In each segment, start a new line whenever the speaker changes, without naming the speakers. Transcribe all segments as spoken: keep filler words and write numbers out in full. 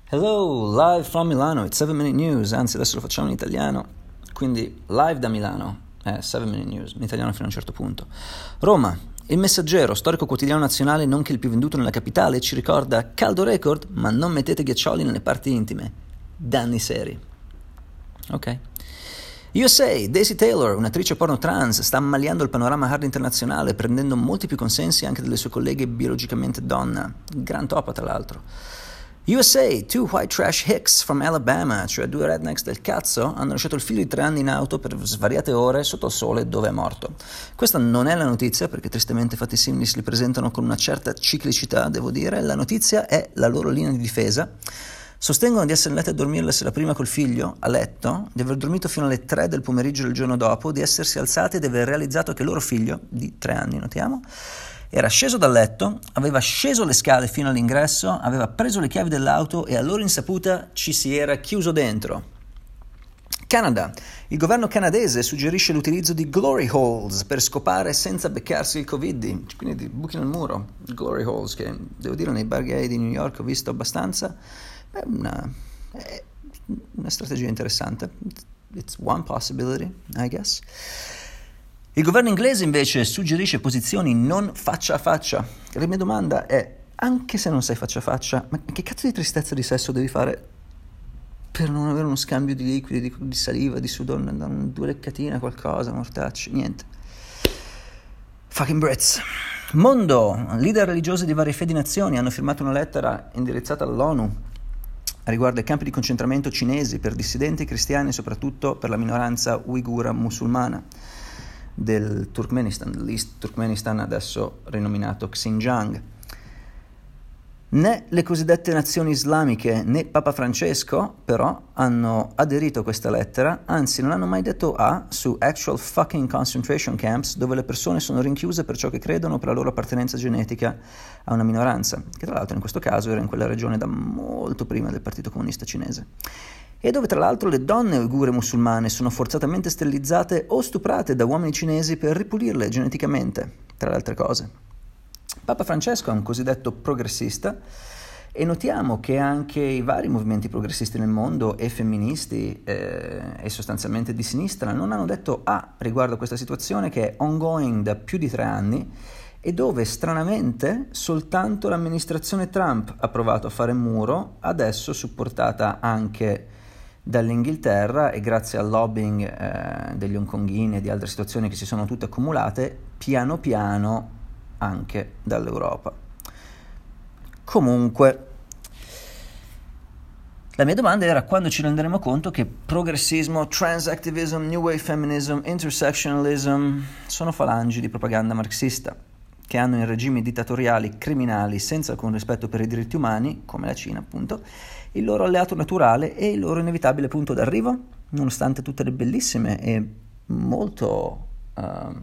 Hello, live from Milano, it's seven minute news, anzi adesso lo facciamo in italiano, quindi live da Milano, eh, seven minute news, in italiano fino a un certo punto. Roma, Il Messaggero, storico quotidiano nazionale nonché il più venduto nella capitale, ci ricorda caldo record, ma non mettete ghiaccioli nelle parti intime, danni seri. Ok. U S A, Daisy Taylor, un'attrice porno trans, sta ammaliando il panorama hard internazionale, prendendo molti più consensi anche delle sue colleghe biologicamente donna. Gran topa, tra l'altro. U S A, two white trash hicks from Alabama, cioè due rednecks del cazzo, hanno lasciato il figlio di tre anni in auto per svariate ore sotto il sole dove è morto. Questa non è la notizia, perché tristemente fatti simili si li presentano con una certa ciclicità, devo dire. La notizia è la loro linea di difesa. Sostengono di essere andati a dormire la sera prima col figlio, a letto, di aver dormito fino alle tre del pomeriggio del giorno dopo, di essersi alzati ed aver realizzato che il loro figlio, di tre anni notiamo, era sceso dal letto, aveva sceso le scale fino all'ingresso, aveva preso le chiavi dell'auto e a loro insaputa ci si era chiuso dentro. Canada. Il governo canadese suggerisce l'utilizzo di glory holes per scopare senza beccarsi il Covid, quindi di buchi nel muro, glory holes, che devo dire nei bar gay di New York ho visto abbastanza. È una, è una strategia interessante. It's one possibility, I guess. Il governo inglese invece suggerisce posizioni non faccia a faccia. La mia domanda è, anche se non sei faccia a faccia, ma che cazzo di tristezza di sesso devi fare per non avere uno scambio di liquidi, di, di saliva, di sudore, due leccatine, qualcosa, mortacci, niente. Fucking Brits. Mondo, leader religiosi di varie fedi nazioni hanno firmato una lettera indirizzata all'ONU riguardo ai campi di concentramento cinesi per dissidenti cristiani e soprattutto per la minoranza uigura musulmana del Turkmenistan, dell'East Turkmenistan, adesso rinominato Xinjiang. Né le cosiddette nazioni islamiche né Papa Francesco però hanno aderito a questa lettera, anzi non hanno mai detto A su actual fucking concentration camps dove le persone sono rinchiuse per ciò che credono, per la loro appartenenza genetica a una minoranza, che tra l'altro in questo caso era in quella regione da molto prima del Partito Comunista Cinese, e dove tra l'altro le donne uigure musulmane sono forzatamente sterilizzate o stuprate da uomini cinesi per ripulirle geneticamente, tra le altre cose. Papa Francesco è un cosiddetto progressista e notiamo che anche i vari movimenti progressisti nel mondo e femministi eh, e sostanzialmente di sinistra non hanno detto A riguardo a questa situazione che è ongoing da più di tre anni e dove stranamente soltanto l'amministrazione Trump ha provato a fare muro, adesso supportata anche dall'Inghilterra e grazie al lobbying eh, degli hongkonghini e di altre situazioni che si sono tutte accumulate, piano piano anche dall'Europa. Comunque, la mia domanda era quando ci renderemo conto che progressismo, transactivism, new wave feminism, intersectionalism sono falangi di propaganda marxista che hanno in regimi dittatoriali criminali senza alcun rispetto per i diritti umani, come la Cina appunto, il loro alleato naturale e il loro inevitabile punto d'arrivo, nonostante tutte le bellissime e molto uh,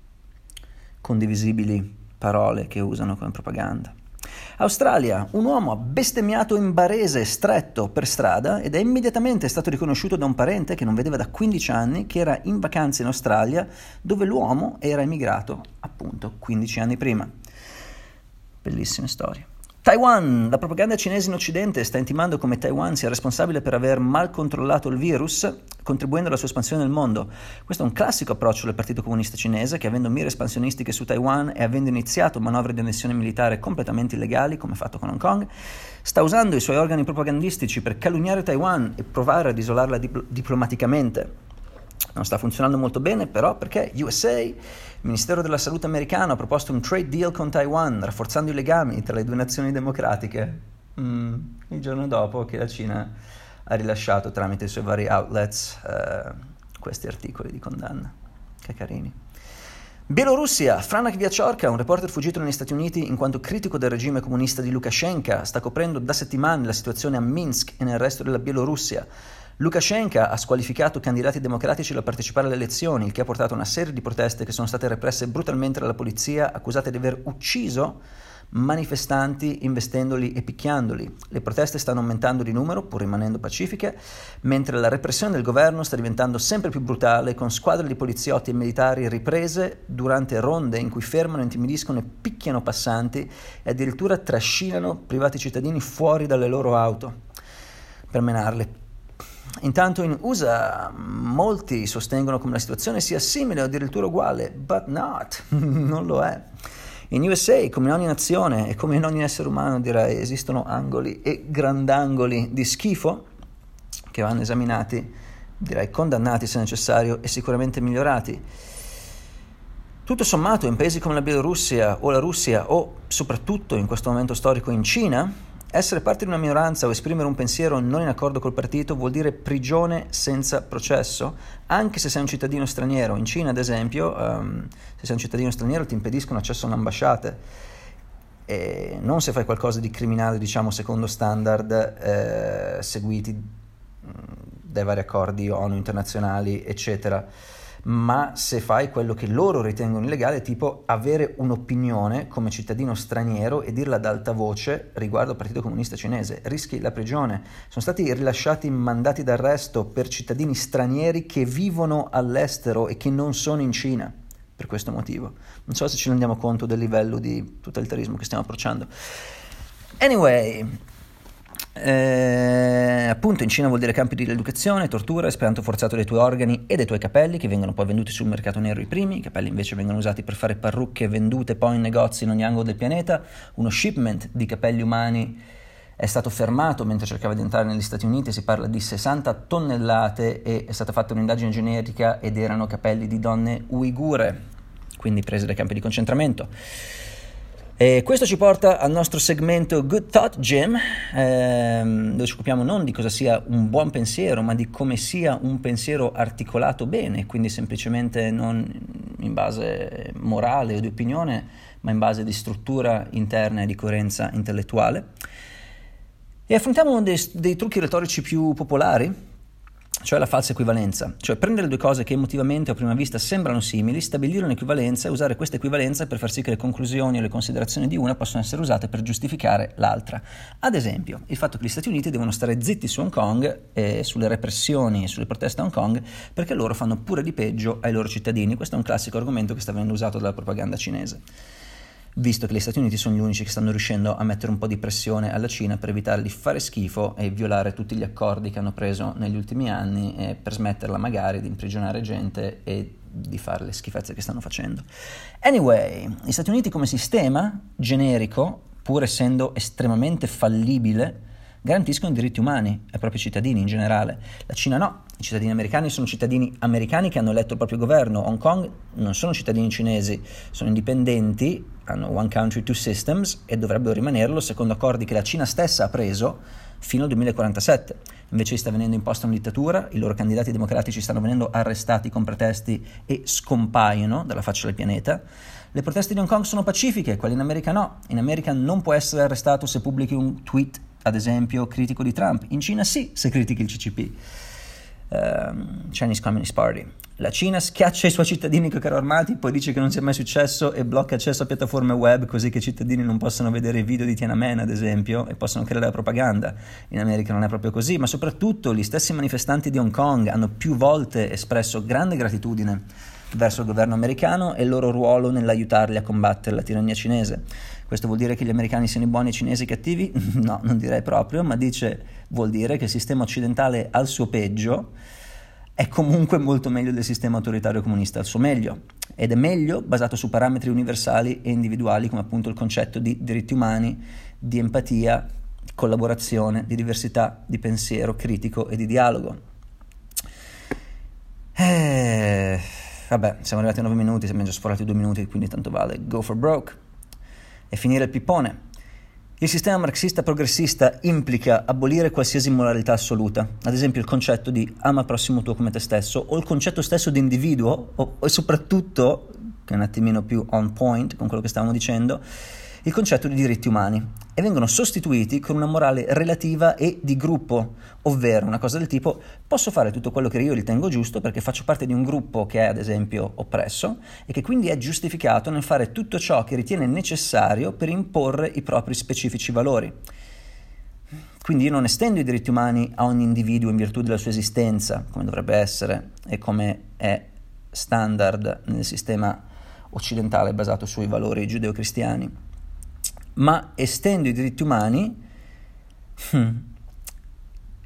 condivisibili parole che usano come propaganda. Australia, un uomo ha bestemmiato in barese stretto per strada ed è immediatamente stato riconosciuto da un parente che non vedeva da quindici anni, che era in vacanza in Australia, dove l'uomo era emigrato appunto quindici anni prima. Bellissime storie. Taiwan, la propaganda cinese in Occidente sta intimando come Taiwan sia responsabile per aver mal controllato il virus, contribuendo alla sua espansione nel mondo. Questo è un classico approccio del Partito Comunista Cinese che, avendo mire espansionistiche su Taiwan e avendo iniziato manovre di annessione militare completamente illegali, come fatto con Hong Kong, sta usando i suoi organi propagandistici per calunniare Taiwan e provare ad isolarla dipl- diplomaticamente. Non sta funzionando molto bene però perché U S A, il Ministero della Salute americano, ha proposto un trade deal con Taiwan, rafforzando i legami tra le due nazioni democratiche, mm, il giorno dopo che la Cina ha rilasciato tramite i suoi vari outlets eh, questi articoli di condanna. Che carini. Bielorussia, Franak Viaciorka, un reporter fuggito negli Stati Uniti in quanto critico del regime comunista di Lukashenko, sta coprendo da settimane la situazione a Minsk e nel resto della Bielorussia. Lukashenko ha squalificato candidati democratici da partecipare alle elezioni, il che ha portato a una serie di proteste che sono state represse brutalmente dalla polizia, accusate di aver ucciso manifestanti investendoli e picchiandoli. Le proteste stanno aumentando di numero, pur rimanendo pacifiche, mentre la repressione del governo sta diventando sempre più brutale, con squadre di poliziotti e militari riprese durante ronde in cui fermano, intimidiscono e picchiano passanti e addirittura trascinano privati cittadini fuori dalle loro auto. per menarli. Intanto in U S A molti sostengono come la situazione sia simile o addirittura uguale, but not, non lo è. In U S A, come in ogni nazione e come in ogni essere umano, direi, esistono angoli e grandangoli di schifo che vanno esaminati, direi condannati se necessario e sicuramente migliorati. Tutto sommato, in paesi come la Bielorussia o la Russia o soprattutto in questo momento storico in Cina, essere parte di una minoranza o esprimere un pensiero non in accordo col partito vuol dire prigione senza processo, anche se sei un cittadino straniero. In Cina, ad esempio, um, se sei un cittadino straniero ti impediscono accesso alle ambasciate, e non se fai qualcosa di criminale, diciamo, secondo standard eh, seguiti mh, dai vari accordi ONU internazionali, eccetera, ma se fai quello che loro ritengono illegale, tipo avere un'opinione come cittadino straniero e dirla ad alta voce riguardo al Partito Comunista Cinese, rischi la prigione. Sono stati rilasciati mandati d'arresto per cittadini stranieri che vivono all'estero e che non sono in Cina, per questo motivo. Non so se ci rendiamo conto del livello di totalitarismo che stiamo approcciando. Anyway, Eh, appunto in Cina vuol dire campi di rieducazione, tortura, espianto forzato dei tuoi organi e dei tuoi capelli, che vengono poi venduti sul mercato nero i primi. I capelli invece vengono usati per fare parrucche vendute poi in negozi in ogni angolo del pianeta. Uno shipment di capelli umani è stato fermato mentre cercava di entrare negli Stati Uniti, si parla di sessanta tonnellate e è stata fatta un'indagine genetica ed erano capelli di donne uigure, quindi prese dai campi di concentramento. E questo ci porta al nostro segmento Good Thought Gym, ehm, dove ci occupiamo non di cosa sia un buon pensiero, ma di come sia un pensiero articolato bene, quindi semplicemente non in base morale o di opinione, ma in base di struttura interna e di coerenza intellettuale. E affrontiamo uno dei, dei trucchi retorici più popolari, cioè la falsa equivalenza, cioè prendere due cose che emotivamente o a prima vista sembrano simili, stabilire un'equivalenza e usare questa equivalenza per far sì che le conclusioni o le considerazioni di una possano essere usate per giustificare l'altra. Ad esempio, il fatto che gli Stati Uniti devono stare zitti su Hong Kong e sulle repressioni e sulle proteste a Hong Kong perché loro fanno pure di peggio ai loro cittadini. Questo è un classico argomento che sta venendo usato dalla propaganda cinese, visto che gli Stati Uniti sono gli unici che stanno riuscendo a mettere un po' di pressione alla Cina per evitare di fare schifo e violare tutti gli accordi che hanno preso negli ultimi anni e per smetterla magari di imprigionare gente e di fare le schifezze che stanno facendo. Anyway, gli Stati Uniti come sistema generico, pur essendo estremamente fallibile, garantiscono i diritti umani ai propri cittadini in generale. La Cina no, i cittadini americani sono cittadini americani che hanno eletto il proprio governo. Hong Kong non sono cittadini cinesi, sono indipendenti, hanno one country, two systems e dovrebbero rimanerlo secondo accordi che la Cina stessa ha preso fino al duemilaquarantasette. Invece sta venendo imposta una dittatura, i loro candidati democratici stanno venendo arrestati con pretesti e scompaiono dalla faccia del pianeta. Le proteste di Hong Kong sono pacifiche, quelle in America no. In America non può essere arrestato se pubblichi un tweet, ad esempio, critico di Trump. In Cina sì, se critichi il C C P, um, Chinese Communist Party. La Cina schiaccia i suoi cittadini con carri armati, poi dice che non sia mai successo e blocca accesso a piattaforme web così che i cittadini non possano vedere i video di Tiananmen, ad esempio, e possono creare la propaganda. In America non è proprio così, ma soprattutto gli stessi manifestanti di Hong Kong hanno più volte espresso grande gratitudine verso il governo americano e il loro ruolo nell'aiutarli a combattere la tirannia cinese. Questo vuol dire che gli americani siano i buoni e i cinesi cattivi? No, non direi proprio, ma dice, vuol dire che il sistema occidentale al suo peggio è comunque molto meglio del sistema autoritario comunista al suo meglio, ed è meglio basato su parametri universali e individuali come appunto il concetto di diritti umani, di empatia, di collaborazione, di diversità di pensiero critico e di dialogo. Eh... Vabbè, siamo arrivati a nove minuti, siamo già sforati due minuti, quindi tanto vale go for broke e finire il pippone. Il sistema marxista progressista implica abolire qualsiasi moralità assoluta, ad esempio il concetto di ama il prossimo tuo come te stesso, o il concetto stesso di individuo, o, o soprattutto, che è un attimino più on point con quello che stavamo dicendo, il concetto di diritti umani, e vengono sostituiti con una morale relativa e di gruppo, ovvero una cosa del tipo: posso fare tutto quello che io ritengo giusto perché faccio parte di un gruppo che è ad esempio oppresso e che quindi è giustificato nel fare tutto ciò che ritiene necessario per imporre i propri specifici valori. Quindi io non estendo i diritti umani a ogni individuo in virtù della sua esistenza, come dovrebbe essere e come è standard nel sistema occidentale basato sui valori giudeo-cristiani, ma estendo i diritti umani hmm,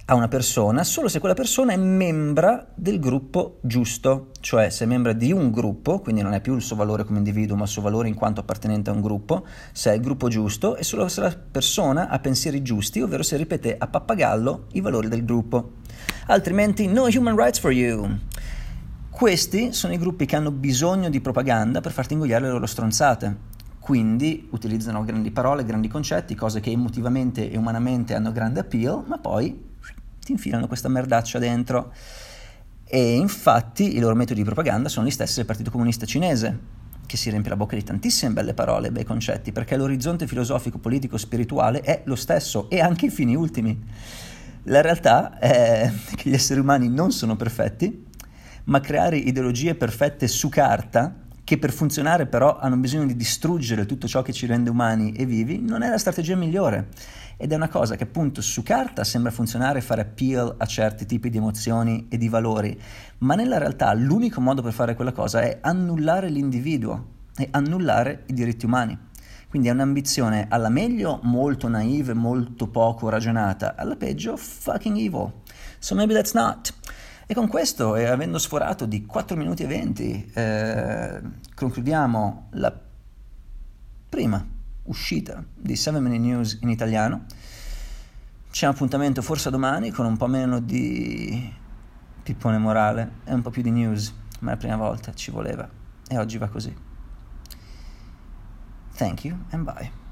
a una persona solo se quella persona è membra del gruppo giusto, cioè se è membra di un gruppo, quindi non è più il suo valore come individuo ma il suo valore in quanto appartenente a un gruppo, se è il gruppo giusto e solo se la persona ha pensieri giusti, ovvero se ripete a pappagallo i valori del gruppo. Altrimenti no human rights for you. Questi sono i gruppi che hanno bisogno di propaganda per farti ingoiare le loro stronzate. Quindi utilizzano grandi parole, grandi concetti, cose che emotivamente e umanamente hanno grande appeal, ma poi ti infilano questa merdaccia dentro. E infatti i loro metodi di propaganda sono gli stessi del Partito Comunista Cinese, che si riempie la bocca di tantissime belle parole, bei concetti, perché l'orizzonte filosofico, politico, spirituale è lo stesso, e anche i fini ultimi. La realtà è che gli esseri umani non sono perfetti, ma creare ideologie perfette su carta, che per funzionare però hanno bisogno di distruggere tutto ciò che ci rende umani e vivi, non è la strategia migliore. Ed è una cosa che appunto su carta sembra funzionare e fare appeal a certi tipi di emozioni e di valori, ma nella realtà l'unico modo per fare quella cosa è annullare l'individuo e annullare i diritti umani. Quindi è un'ambizione alla meglio molto naive, molto poco ragionata, alla peggio fucking evil. So maybe that's not. E con questo, e avendo sforato di quattro minuti e venti, eh, concludiamo la prima uscita di seven minute News in italiano. C'è un appuntamento forse domani con un po' meno di pippone morale e un po' più di news, ma è la prima volta, ci voleva, e oggi va così. Thank you and bye.